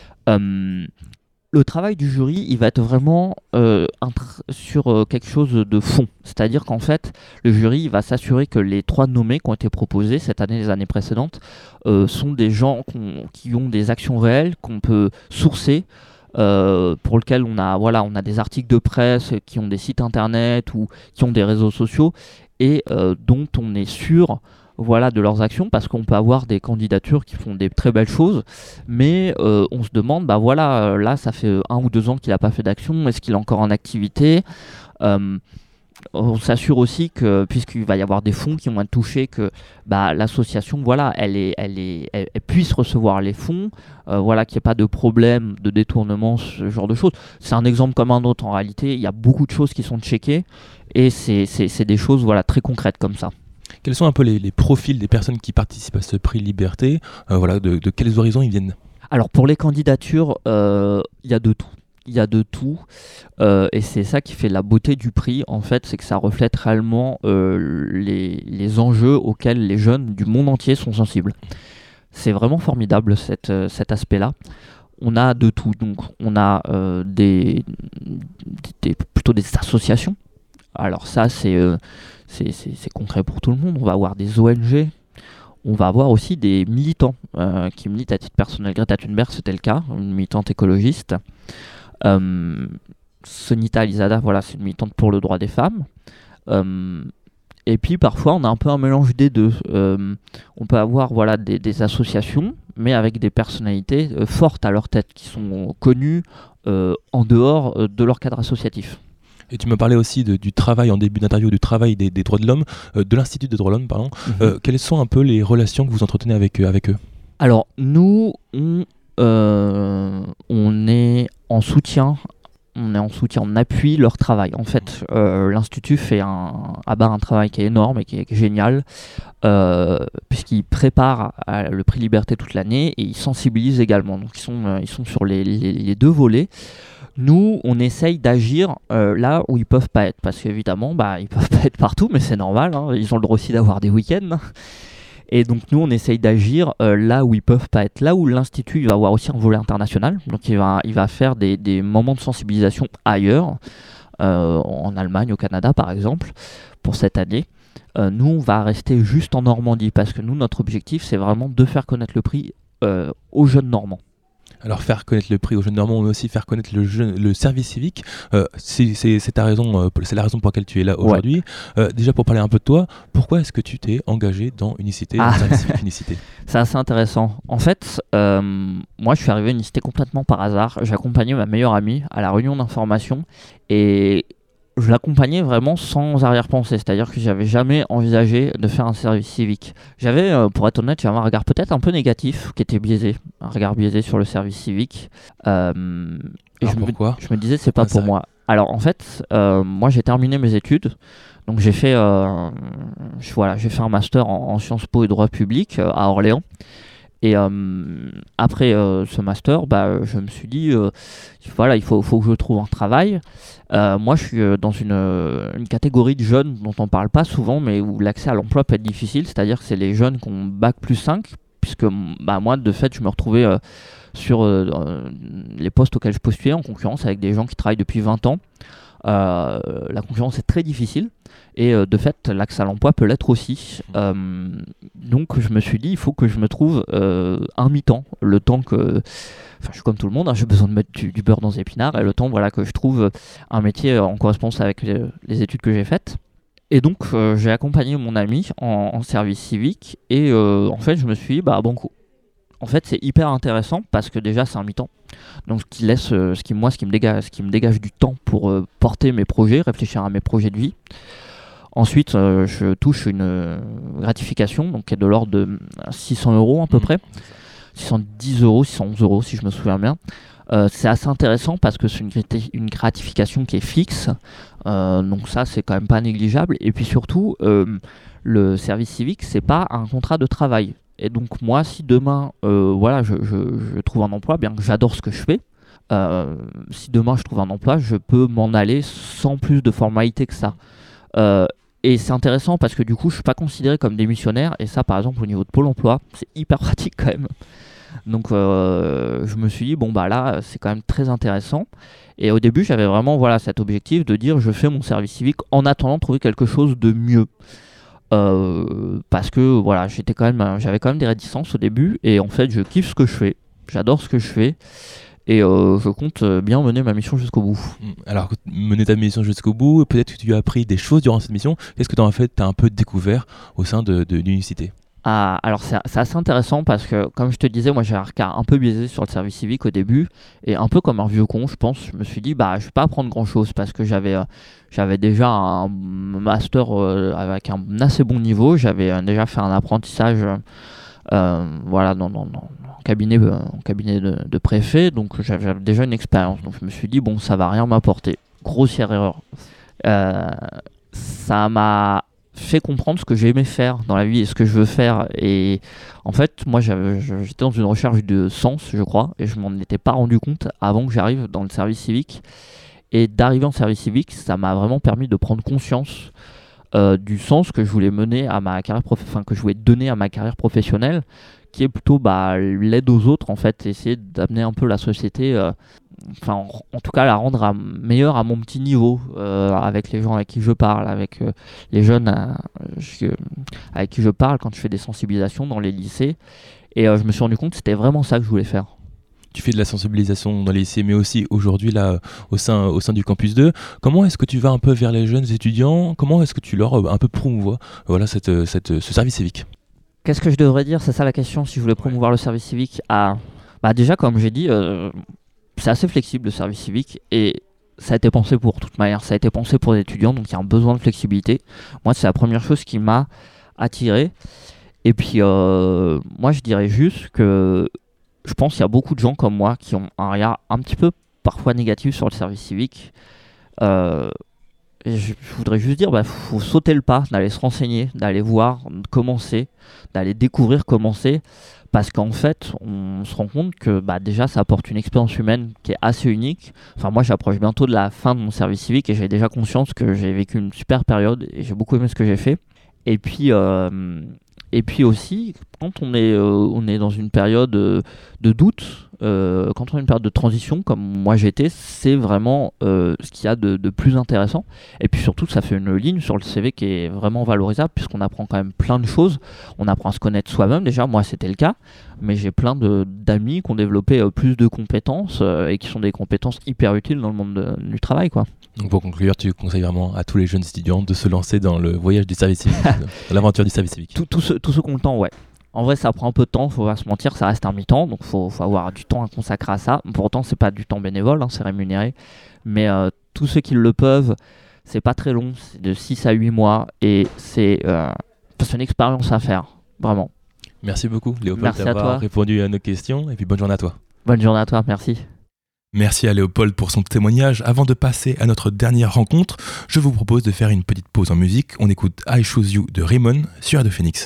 Le travail du jury, il va être vraiment sur quelque chose de fond. C'est-à-dire qu'en fait, le jury il va s'assurer que les 3 nommés qui ont été proposés cette année et les années précédentes sont des gens qui ont des actions réelles, qu'on peut sourcer, pour lesquels on a des articles de presse, qui ont des sites internet ou qui ont des réseaux sociaux et dont on est sûr voilà, de leurs actions, parce qu'on peut avoir des candidatures qui font des très belles choses, mais on se demande, bah voilà, là ça fait 1 ou 2 ans qu'il n'a pas fait d'action, est-ce qu'il est encore en activité? On s'assure aussi que, puisqu'il va y avoir des fonds qui vont être touchés, que bah, l'association, voilà, elle puisse recevoir les fonds, voilà, qu'il n'y ait pas de problème de détournement, ce genre de choses. C'est un exemple comme un autre. En réalité, il y a beaucoup de choses qui sont checkées, et c'est des choses, voilà, très concrètes comme ça. Quels sont un peu les profils des personnes qui participent à ce prix Liberté? Voilà, de quels horizons ils viennent? Alors pour les candidatures, il y a de tout. Il y a de tout, et c'est ça qui fait la beauté du prix, en fait, c'est que ça reflète réellement les enjeux auxquels les jeunes du monde entier sont sensibles. C'est vraiment formidable cet aspect-là. On a de tout, donc on a plutôt des associations. Alors ça, c'est concret pour tout le monde. On va avoir des ONG. On va avoir aussi des militants qui militent à titre personnel. Greta Thunberg, c'était le cas, une militante écologiste. Sonita Alizada, voilà, c'est une militante pour le droit des femmes. Et puis parfois on a un peu un mélange des deux. On peut avoir, voilà, des associations, mais avec des personnalités fortes à leur tête, qui sont connues en dehors de leur cadre associatif. Et tu me parlais aussi du travail, en début d'interview, du travail des droits de l'homme, de l'Institut des droits de l'homme, pardon. Quelles sont un peu les relations que vous entretenez avec eux? Alors nous, on est en soutien, on appuie leur travail. En fait, l'Institut fait un travail qui est énorme et qui est génial, puisqu'il prépare le prix Liberté toute l'année, et il sensibilise également. Donc ils sont sur les deux volets. Nous, on essaye d'agir là où ils peuvent pas être, parce qu'évidemment, bah, ils peuvent pas être partout, mais c'est normal, hein, ils ont le droit aussi d'avoir des week-ends. Et donc nous, on essaye d'agir là où ils peuvent pas être. Là où l'Institut, il va avoir aussi un volet international, donc il va faire des moments de sensibilisation ailleurs, en Allemagne, au Canada par exemple, pour cette année. Nous, on va rester juste en Normandie, parce que nous, notre objectif, c'est vraiment de faire connaître le prix aux jeunes Normands. Alors faire connaître le prix aux jeunes Normands, mais aussi faire connaître le service civique, c'est ta raison, c'est la raison pour laquelle tu es là aujourd'hui. Déjà, pour parler un peu de toi, pourquoi est-ce que tu t'es engagé dans Unicité, dans le service civique Unicité? C'est assez intéressant. En fait, moi je suis arrivé à Unicité complètement par hasard. J'accompagnais ma meilleure amie à la réunion d'information, et je l'accompagnais vraiment sans arrière-pensée, c'est-à-dire que j'avais jamais envisagé de faire un service civique. J'avais, pour être honnête, j'avais un regard peut-être un peu négatif, qui était biaisé, un regard biaisé sur le service civique. Et pourquoi? Je me disais, c'est pas pour moi. Alors en fait, moi j'ai terminé mes études, donc j'ai fait un master en Sciences Po et droit public à Orléans. Et après ce master, je me suis dit, voilà, il faut que je trouve un travail. Moi, je suis dans une catégorie de jeunes dont on ne parle pas souvent, mais où l'accès à l'emploi peut être difficile. C'est-à-dire que c'est les jeunes qui ont Bac+5, puisque moi, de fait, je me retrouvais sur les postes auxquels je postulais en concurrence avec des gens qui travaillent depuis 20 ans. La concurrence est très difficile, et de fait l'accès à l'emploi peut l'être aussi. Donc je me suis dit, il faut que je me trouve un mi-temps, le temps que, je suis comme tout le monde, hein, j'ai besoin de mettre du beurre dans les épinards, et le temps, voilà, que je trouve un métier en correspondance avec les études que j'ai faites. Et donc j'ai accompagné mon ami en service civique, et en fait je me suis dit, banco. En fait, c'est hyper intéressant parce que déjà c'est un mi-temps, donc ce qui me dégage du temps pour porter mes projets, réfléchir à mes projets de vie. Ensuite, je touche une gratification, donc qui est de l'ordre de 600 € à peu près, 610 €, 611 € si je me souviens bien. C'est assez intéressant parce que c'est une gratification qui est fixe, donc ça c'est quand même pas négligeable. Et puis surtout, le service civique, c'est pas un contrat de travail. Et donc moi, si demain, je trouve un emploi, bien que j'adore ce que je fais, si demain je trouve un emploi, je peux m'en aller sans plus de formalité que ça. Et c'est intéressant parce que du coup, je suis pas considéré comme démissionnaire, et ça, par exemple, au niveau de Pôle emploi, c'est hyper pratique quand même. Donc je me suis dit, là, c'est quand même très intéressant. Et au début, j'avais vraiment cet objectif de dire, je fais mon service civique en attendant de trouver quelque chose de mieux. Parce que voilà, j'avais quand même des réticences au début, et en fait je kiffe ce que je fais, j'adore ce que je fais, Et je compte bien mener ma mission jusqu'au bout. Alors, mener ta mission jusqu'au bout, peut-être que tu as appris des choses durant cette mission. Qu'est-ce que tu as un peu découvert au sein de l'unicité ? Alors c'est assez intéressant parce que, comme je te disais, moi j'ai un regard un peu biaisé sur le service civique au début, et un peu comme un vieux con, je pense. Je me suis dit, je vais pas apprendre grand chose parce que j'avais déjà un master avec un assez bon niveau. J'avais déjà fait un apprentissage voilà, dans cabinet de préfet, donc j'avais déjà une expérience. Donc je me suis dit, bon, ça va rien m'apporter. Grossière erreur. Ça m'a fait comprendre ce que j'aimais faire dans la vie et ce que je veux faire. Et en fait, moi, j'étais dans une recherche de sens, je crois, et je m'en étais pas rendu compte avant que j'arrive dans le service civique. Et d'arriver en service civique, ça m'a vraiment permis de prendre conscience du sens que je voulais mener à ma carrière que je voulais donner à ma carrière professionnelle, qui est plutôt l'aide aux autres, en fait, essayer d'amener un peu la société, en tout cas la rendre meilleure à mon petit niveau, avec les gens avec qui je parle, avec les jeunes avec qui je parle quand je fais des sensibilisations dans les lycées. Et je me suis rendu compte que c'était vraiment ça que je voulais faire. Tu fais de la sensibilisation dans les lycées, mais aussi aujourd'hui là, au sein du campus 2. Comment est-ce que tu vas un peu vers les jeunes étudiants ? Comment est-ce que tu leur un peu promouvois ce service civique ? Qu'est-ce que je devrais dire ? C'est ça la question, si je voulais promouvoir le service civique. Déjà, comme j'ai dit, c'est assez flexible le service civique, et ça a été pensé pour, de toute manière, ça a été pensé pour les étudiants, donc il y a un besoin de flexibilité. Moi, c'est la première chose qui m'a attiré. Et puis, moi, je dirais juste que je pense qu'il y a beaucoup de gens comme moi qui ont un regard un petit peu parfois négatif sur le service civique. Et je voudrais juste dire, faut sauter le pas, d'aller se renseigner, d'aller voir, commencer, d'aller découvrir, commencer, parce qu'en fait, on se rend compte que déjà, ça apporte une expérience humaine qui est assez unique. Enfin, moi, j'approche bientôt de la fin de mon service civique et j'ai déjà conscience que j'ai vécu une super période et j'ai beaucoup aimé ce que j'ai fait. Et puis aussi, quand on est dans une période de doute, quand on est une période de transition, comme moi j'étais, c'est vraiment ce qu'il y a de plus intéressant. Et puis surtout, ça fait une ligne sur le CV qui est vraiment valorisable, puisqu'on apprend quand même plein de choses. On apprend à se connaître soi-même, déjà, moi c'était le cas, mais j'ai plein d'amis qui ont développé plus de compétences et qui sont des compétences hyper utiles dans le monde du travail, quoi. Donc pour conclure, tu conseilles vraiment à tous les jeunes étudiants de se lancer dans le voyage du service civique, dans l'aventure du service civique. Tous ceux qui ont le temps, ouais. En vrai, ça prend un peu de temps, faut pas se mentir, ça reste un mi-temps, donc faut avoir du temps à consacrer à ça. Pour autant, c'est pas du temps bénévole, c'est rémunéré. Mais tous ceux qui le peuvent, c'est pas très long, c'est de 6 à 8 mois, et c'est une expérience à faire, vraiment. Merci beaucoup, Léopold, d'avoir répondu à nos questions, et puis bonne journée à toi. Bonne journée à toi, merci. Merci à Léopold pour son témoignage. Avant de passer à notre dernière rencontre, je vous propose de faire une petite pause en musique. On écoute I Choose You de Raymond sur Radio Phoenix.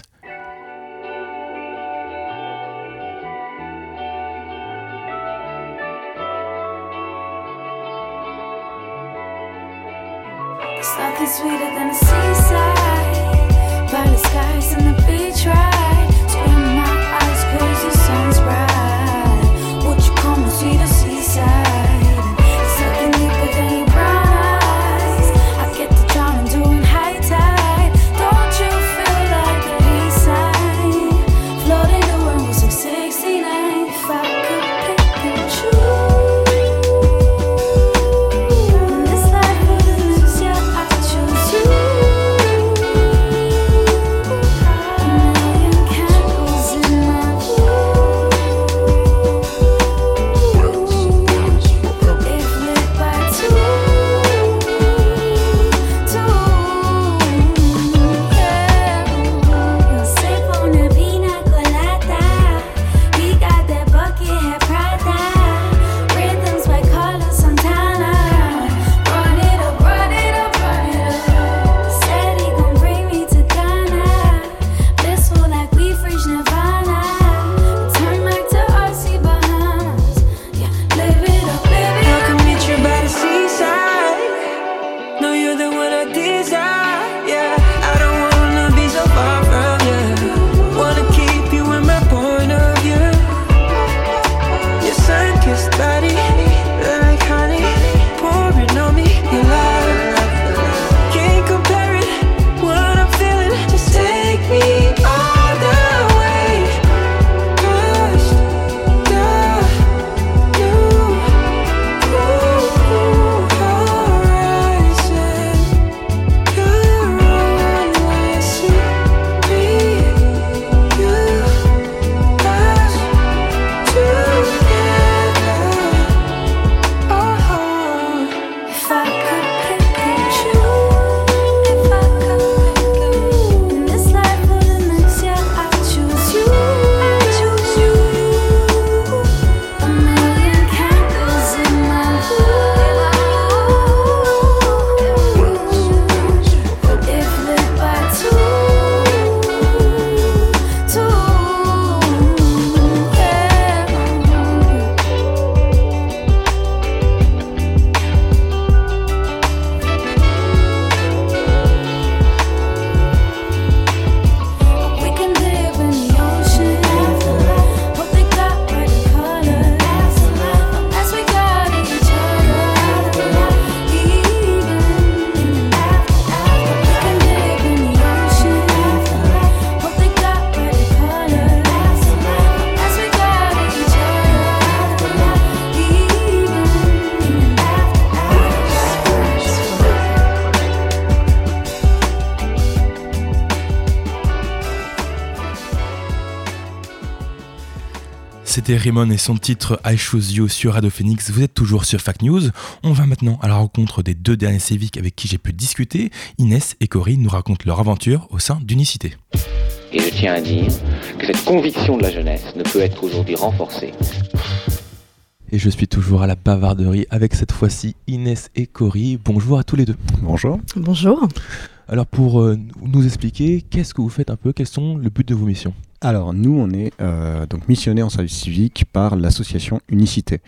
There's nothing sweeter than a seaside, violet skies and the beach ride. Scream my eyes 'cause the sun's bright. Would you come and see the seaside? It's looking deeper than your brown eyes. I get to drown and doing high tide. Don't you feel like the east side? Floating the world was like 69. If I could pick and choose. C'était Raymond et son titre I Choose You sur Radio Phoenix. Vous êtes toujours sur Fact News. On va maintenant à la rencontre des deux derniers civiques avec qui j'ai pu discuter. Inès et Cory nous racontent leur aventure au sein d'Unicité. Et je tiens à dire que cette conviction de la jeunesse ne peut être aujourd'hui renforcée. Et je suis toujours à la bavarderie avec cette fois-ci Inès et Cory. Bonjour à tous les deux. Bonjour. Bonjour. Alors pour nous expliquer, qu'est-ce que vous faites un peu, quels sont le but de vos missions ? Alors nous on est donc missionnés en service civique par l'association Unicité.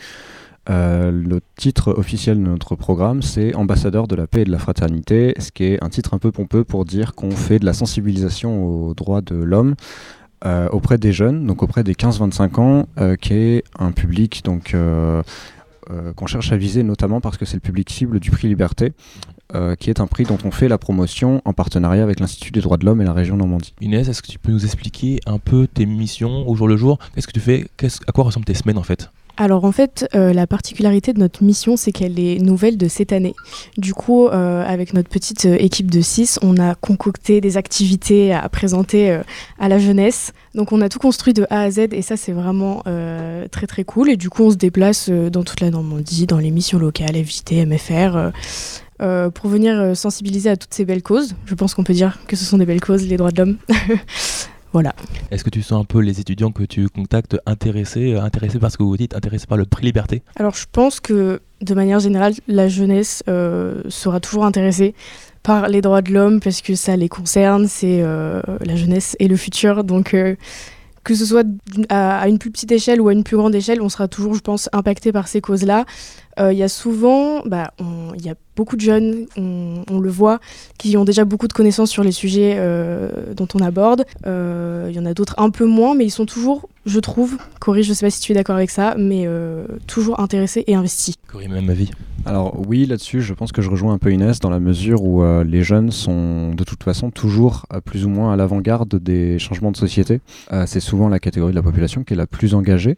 Le titre officiel de notre programme c'est ambassadeur de la paix et de la fraternité, ce qui est un titre un peu pompeux pour dire qu'on fait de la sensibilisation aux droits de l'homme auprès des jeunes, donc auprès des 15-25 ans, qui est un public donc qu'on cherche à viser notamment parce que c'est le public cible du prix Liberté, qui est un prix dont on fait la promotion en partenariat avec l'Institut des droits de l'homme et la région Normandie. Inès, est-ce que tu peux nous expliquer un peu tes missions au jour le jour ? Qu'est-ce que tu fais ? À quoi ressemblent tes semaines en fait ? Alors en fait, la particularité de notre mission, c'est qu'elle est nouvelle de cette année. Du coup, avec notre petite équipe de 6, on a concocté des activités à présenter à la jeunesse. Donc on a tout construit de A à Z et ça c'est vraiment très très cool. Et du coup on se déplace dans toute la Normandie, dans les missions locales, FJT, MFR, pour venir sensibiliser à toutes ces belles causes. Je pense qu'on peut dire que ce sont des belles causes, les droits de l'homme. Voilà. Est-ce que tu sens un peu les étudiants que tu contactes intéressés par ce que vous dites, intéressés par le prix Liberté ? Alors je pense que de manière générale, la jeunesse sera toujours intéressée par les droits de l'homme parce que ça les concerne, c'est la jeunesse et le futur. Donc que ce soit à une plus petite échelle ou à une plus grande échelle, on sera toujours, je pense, impacté par ces causes-là. Il y a souvent, il y a beaucoup de jeunes, on le voit, qui ont déjà beaucoup de connaissances sur les sujets dont on aborde. Il y en a d'autres un peu moins, mais ils sont toujours, je trouve, Cory, je ne sais pas si tu es d'accord avec ça, mais toujours intéressés et investis. Cory, même avis ? Alors oui, là-dessus, je pense que je rejoins un peu Inès dans la mesure où les jeunes sont de toute façon toujours plus ou moins à l'avant-garde des changements de société. C'est souvent la catégorie de la population qui est la plus engagée.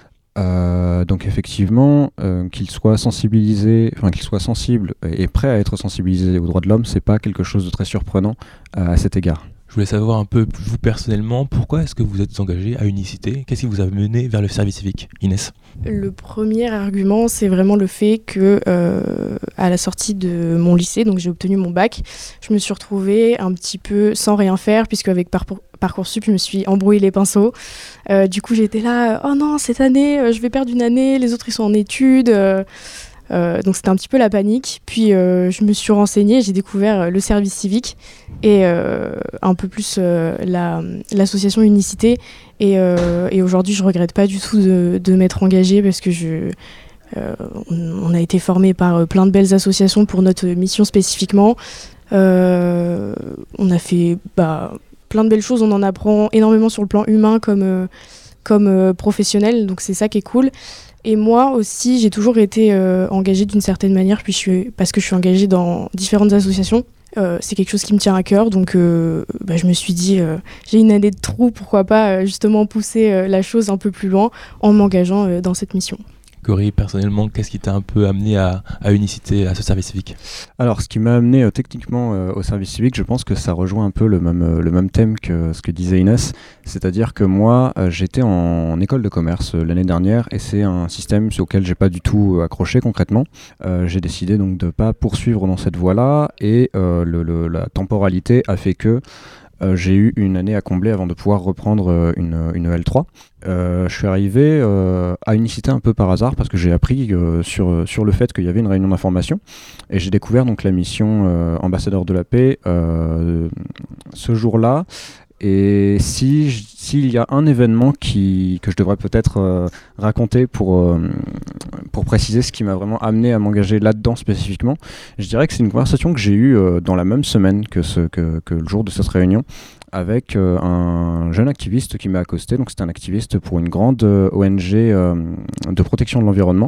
Donc effectivement, qu'ils soient sensibilisés, qu'ils soient sensibles et prêts à être sensibilisés aux droits de l'homme, c'est pas quelque chose de très surprenant à cet égard. Je voulais savoir un peu, vous personnellement, pourquoi est-ce que vous êtes engagé à Unicité ? Qu'est-ce qui vous a mené vers le service civique ? Inès ? Le premier argument, c'est vraiment le fait que, à la sortie de mon lycée, donc j'ai obtenu mon bac, je me suis retrouvée un petit peu sans rien faire, puisque avec Parcoursup, je me suis embrouillé les pinceaux. Du coup, j'étais là, oh non, cette année, je vais perdre une année, les autres, ils sont en études. Donc c'était un petit peu la panique. Puis je me suis renseignée, j'ai découvert le service civique et un peu plus l'association Unicité. Et aujourd'hui, je regrette pas du tout de m'être engagée parce que on a été formés par plein de belles associations pour notre mission spécifiquement. On a fait plein de belles choses, on en apprend énormément sur le plan humain comme professionnel, donc c'est ça qui est cool. Et moi aussi, j'ai toujours été engagée d'une certaine manière, parce que je suis engagée dans différentes associations. C'est quelque chose qui me tient à cœur, donc je me suis dit, j'ai une année de trou, pourquoi pas justement pousser la chose un peu plus loin en m'engageant dans cette mission. Cory, personnellement, qu'est-ce qui t'a un peu amené à Unicité, à ce service civique ? Alors, ce qui m'a amené techniquement au service civique, je pense que ça rejoint un peu le même thème que ce que disait Inès. C'est-à-dire que moi, j'étais en école de commerce l'année dernière et c'est un système sur lequel j'ai pas du tout accroché concrètement. J'ai décidé donc de pas poursuivre dans cette voie-là et la temporalité a fait que j'ai eu une année à combler avant de pouvoir reprendre une L3. Je suis arrivé à Unicité un peu par hasard parce que j'ai appris sur le fait qu'il y avait une réunion d'information et j'ai découvert donc la mission ambassadeur de la paix ce jour-là. Et s'il y a un événement que je devrais peut-être raconter pour préciser ce qui m'a vraiment amené à m'engager là-dedans spécifiquement, je dirais que c'est une conversation que j'ai eue dans la même semaine que le jour de cette réunion avec un jeune activiste qui m'a accosté. Donc c'était un activiste pour une grande ONG de protection de l'environnement.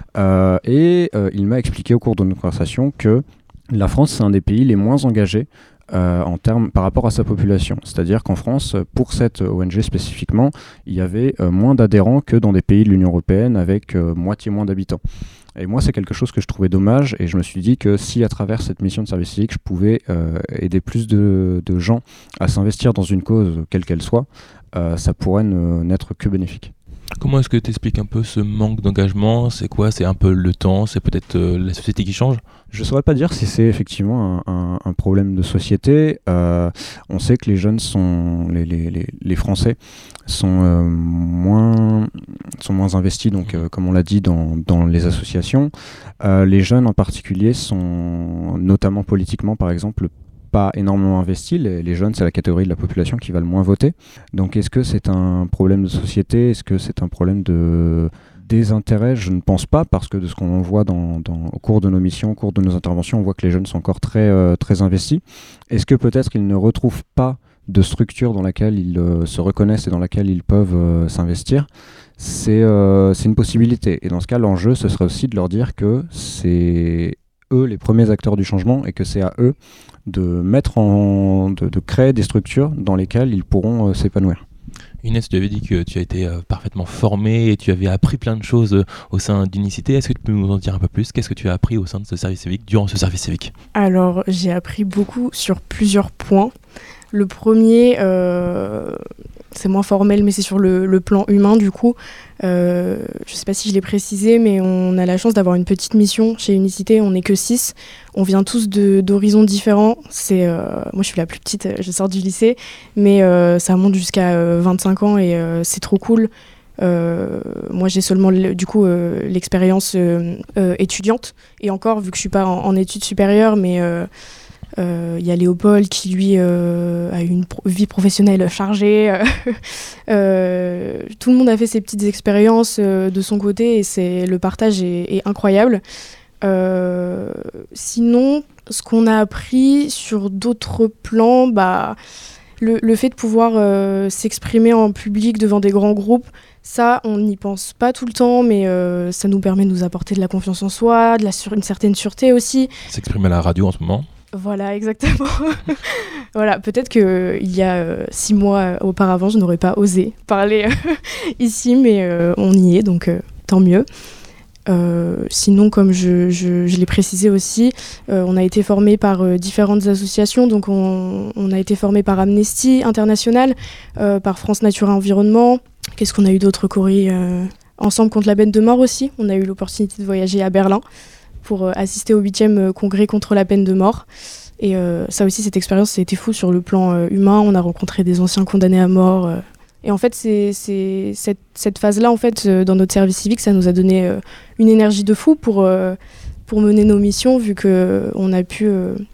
Et il m'a expliqué au cours de notre conversation que la France, c'est un des pays les moins engagés par rapport à sa population. C'est-à-dire qu'en France, pour cette ONG spécifiquement, il y avait moins d'adhérents que dans des pays de l'Union européenne avec moitié moins d'habitants. Et moi, c'est quelque chose que je trouvais dommage et je me suis dit que si à travers cette mission de service civique, je pouvais aider plus de gens à s'investir dans une cause, quelle qu'elle soit, ça pourrait n'être que bénéfique. Comment est-ce que tu expliques un peu ce manque d'engagement? C'est quoi? C'est un peu le temps? C'est peut-être la société qui change? Je ne saurais pas dire si c'est effectivement un problème de société. On sait que les jeunes les Français sont moins investis, donc comme on l'a dit, dans les associations. Les jeunes en particulier sont, notamment politiquement par exemple, pas énormément investis. Les jeunes, c'est la catégorie de la population qui va le moins voter. Donc est-ce que c'est un problème de société? Est-ce que c'est un problème de désintérêt? Je ne pense pas, parce que de ce qu'on voit au cours de nos missions, au cours de nos interventions, on voit que les jeunes sont encore très, très investis. Est-ce que peut-être qu'ils ne retrouvent pas de structure dans laquelle ils se reconnaissent et dans laquelle ils peuvent s'investir? C'est une possibilité. Et dans ce cas, l'enjeu, ce serait aussi de leur dire que c'est eux les premiers acteurs du changement et que c'est à eux de créer des structures dans lesquelles ils pourront s'épanouir. Inès, tu avais dit que tu as été parfaitement formée et tu avais appris plein de choses au sein d'Unicité. Est-ce que tu peux nous en dire un peu plus? Qu'est-ce que tu as appris au sein de ce service civique, durant ce service civique? Alors, j'ai appris beaucoup sur plusieurs points. Le premier, c'est moins formel, mais c'est sur le plan humain, du coup. Je ne sais pas si je l'ai précisé, mais on a la chance d'avoir une petite mission chez Unicité. On n'est que 6. On vient tous d'horizons différents. Moi, je suis la plus petite, je sors du lycée, mais ça monte jusqu'à 25 ans et c'est trop cool. Moi, j'ai seulement l'expérience étudiante. Et encore, vu que je ne suis pas en études supérieures, mais... Il y a Léopold qui, lui, a une vie professionnelle chargée. Tout le monde a fait ses petites expériences de son côté et le partage est incroyable. Sinon, ce qu'on a appris sur d'autres plans, le fait de pouvoir s'exprimer en public devant des grands groupes, ça, on n'y pense pas tout le temps, mais ça nous permet de nous apporter de la confiance en soi, une certaine sûreté aussi. S'exprimer à la radio en ce moment. Voilà, exactement. Voilà, peut-être qu'il y a 6 mois auparavant, je n'aurais pas osé parler ici, mais on y est, donc tant mieux. Sinon, comme je l'ai précisé aussi, on a été formé par différentes associations. Donc on a été formé par Amnesty International, par France Nature et Environnement. Qu'est-ce qu'on a eu d'autre, Cory? Ensemble contre la peine de mort aussi. On a eu l'opportunité de voyager à Berlin pour assister au 8e congrès contre la peine de mort. Et ça aussi, cette expérience, c'était fou sur le plan humain. On a rencontré des anciens condamnés à mort. Et en fait, c'est cette phase-là, en fait, dans notre service civique, ça nous a donné une énergie de fou pour mener nos missions, vu qu'on a pu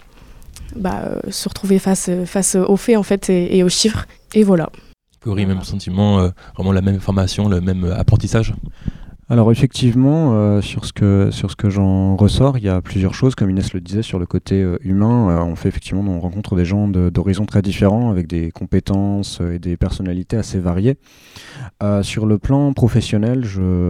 se retrouver face aux faits, en fait, et aux chiffres. Et voilà. Cory, même sentiment, vraiment la même formation, le même apprentissage? Alors effectivement, sur ce que j'en ressors, il y a plusieurs choses, comme Inès le disait, sur le côté humain. On rencontre des gens d'horizons très différents, avec des compétences et des personnalités assez variées. Sur le plan professionnel,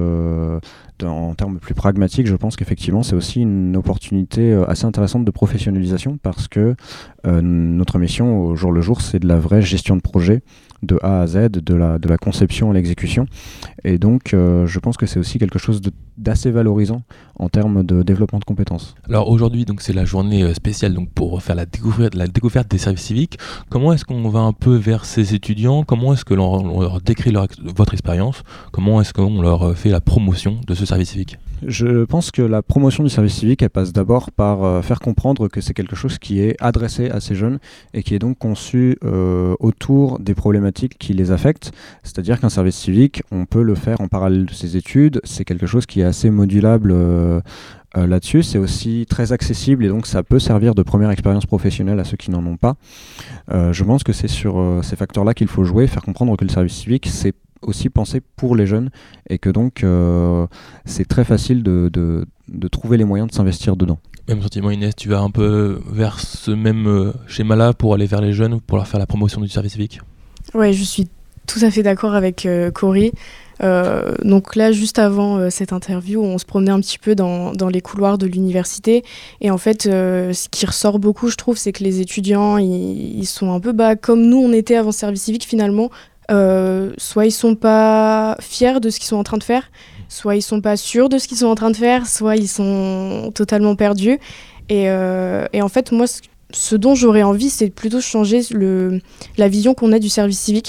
en termes plus pragmatiques, je pense qu'effectivement c'est aussi une opportunité assez intéressante de professionnalisation, parce que notre mission au jour le jour, c'est de la vraie gestion de projet, de A à Z, de la conception à l'exécution. Et donc, je pense que c'est aussi quelque chose d'assez valorisant en termes de développement de compétences. Alors aujourd'hui, donc, c'est la journée spéciale donc, pour faire la découverte des services civiques. Comment est-ce qu'on va un peu vers ces étudiants? Comment est-ce que l'on leur décrit votre expérience? Comment est-ce qu'on leur fait la promotion de ce service civique? Je pense que la promotion du service civique, elle passe d'abord par faire comprendre que c'est quelque chose qui est adressé à ces jeunes et qui est donc conçu autour des problématiques qui les affectent. C'est-à-dire qu'un service civique, on peut le faire en parallèle de ses études. C'est quelque chose qui est assez modulable là-dessus. C'est aussi très accessible et donc ça peut servir de première expérience professionnelle à ceux qui n'en ont pas. Je pense que c'est sur ces facteurs-là qu'il faut jouer, faire comprendre que le service civique, c'est aussi pensé pour les jeunes et que donc c'est très facile de trouver les moyens de s'investir dedans. Même sentiment, Inès, tu vas un peu vers ce même schéma-là pour aller vers les jeunes, pour leur faire la promotion du service civique? Ouais, je suis tout à fait d'accord avec Cory. Donc là, juste avant cette interview, on se promenait un petit peu dans les couloirs de l'université. Et en fait, ce qui ressort beaucoup, je trouve, c'est que les étudiants, ils sont un peu comme nous, on était avant service civique finalement. Soit ils sont pas fiers de ce qu'ils sont en train de faire, soit ils sont pas sûrs de ce qu'ils sont en train de faire, soit ils sont totalement perdus. Et en fait, moi, ce dont j'aurais envie, c'est plutôt changer la vision qu'on a du service civique.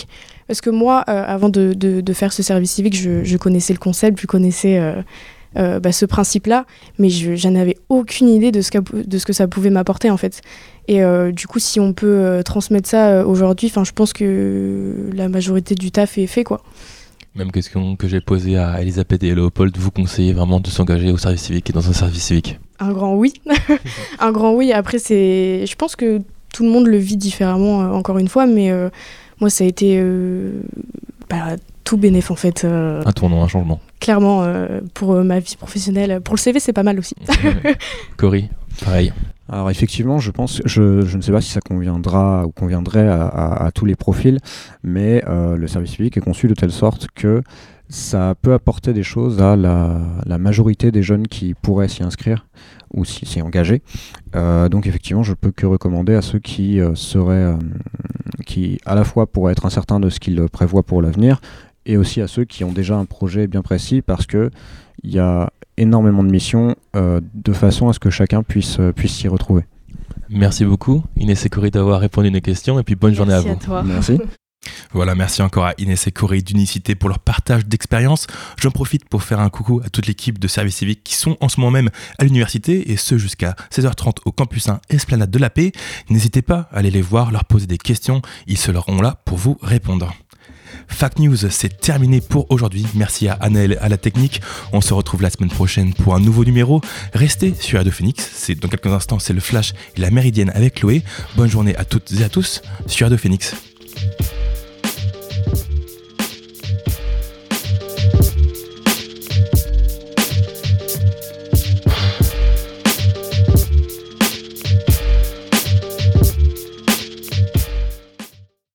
Parce que moi, avant de faire ce service civique, je connaissais le concept, je connaissais ce principe-là, mais j'en avais aucune idée de ce que ça pouvait m'apporter en fait. Et du coup, si on peut transmettre ça aujourd'hui, je pense que la majorité du taf est fait, quoi. Même question que j'ai posée à Elisabeth et Léopold, vous conseillez vraiment de s'engager au service civique et dans un service civique? Un grand oui. Un grand oui. Après, je pense que tout le monde le vit différemment, encore une fois, mais moi, ça a été tout bénéf, en fait. Un tournant, un changement. Clairement, pour ma vie professionnelle. Pour le CV, c'est pas mal aussi. Cory, pareil. Alors effectivement, je ne sais pas si ça conviendra ou conviendrait à tous les profils, mais le service civique est conçu de telle sorte que ça peut apporter des choses à la majorité des jeunes qui pourraient s'y inscrire ou s'y engager. Donc effectivement, je peux que recommander à ceux qui à la fois pourraient être incertains de ce qu'ils prévoient pour l'avenir, et aussi à ceux qui ont déjà un projet bien précis, parce que il y a énormément de missions de façon à ce que chacun puisse s'y retrouver. Merci beaucoup Inès et Cory d'avoir répondu à nos questions, et puis bonne journée à vous. Merci à toi. Merci. Voilà, merci encore à Inès et Cory d'Unicité pour leur partage d'expérience. J'en profite pour faire un coucou à toute l'équipe de service civique qui sont en ce moment même à l'université, et ce jusqu'à 16h30 au campus 1 Esplanade de la Paix. N'hésitez pas à aller les voir, leur poser des questions, ils seront là pour vous répondre. Fact News, c'est terminé pour aujourd'hui. Merci à Anaël à la technique. On se retrouve la semaine prochaine pour un nouveau numéro. Restez sur Radio Phoenix. Dans quelques instants, c'est le Flash et la Méridienne avec Chloé. Bonne journée à toutes et à tous sur Radio Phoenix.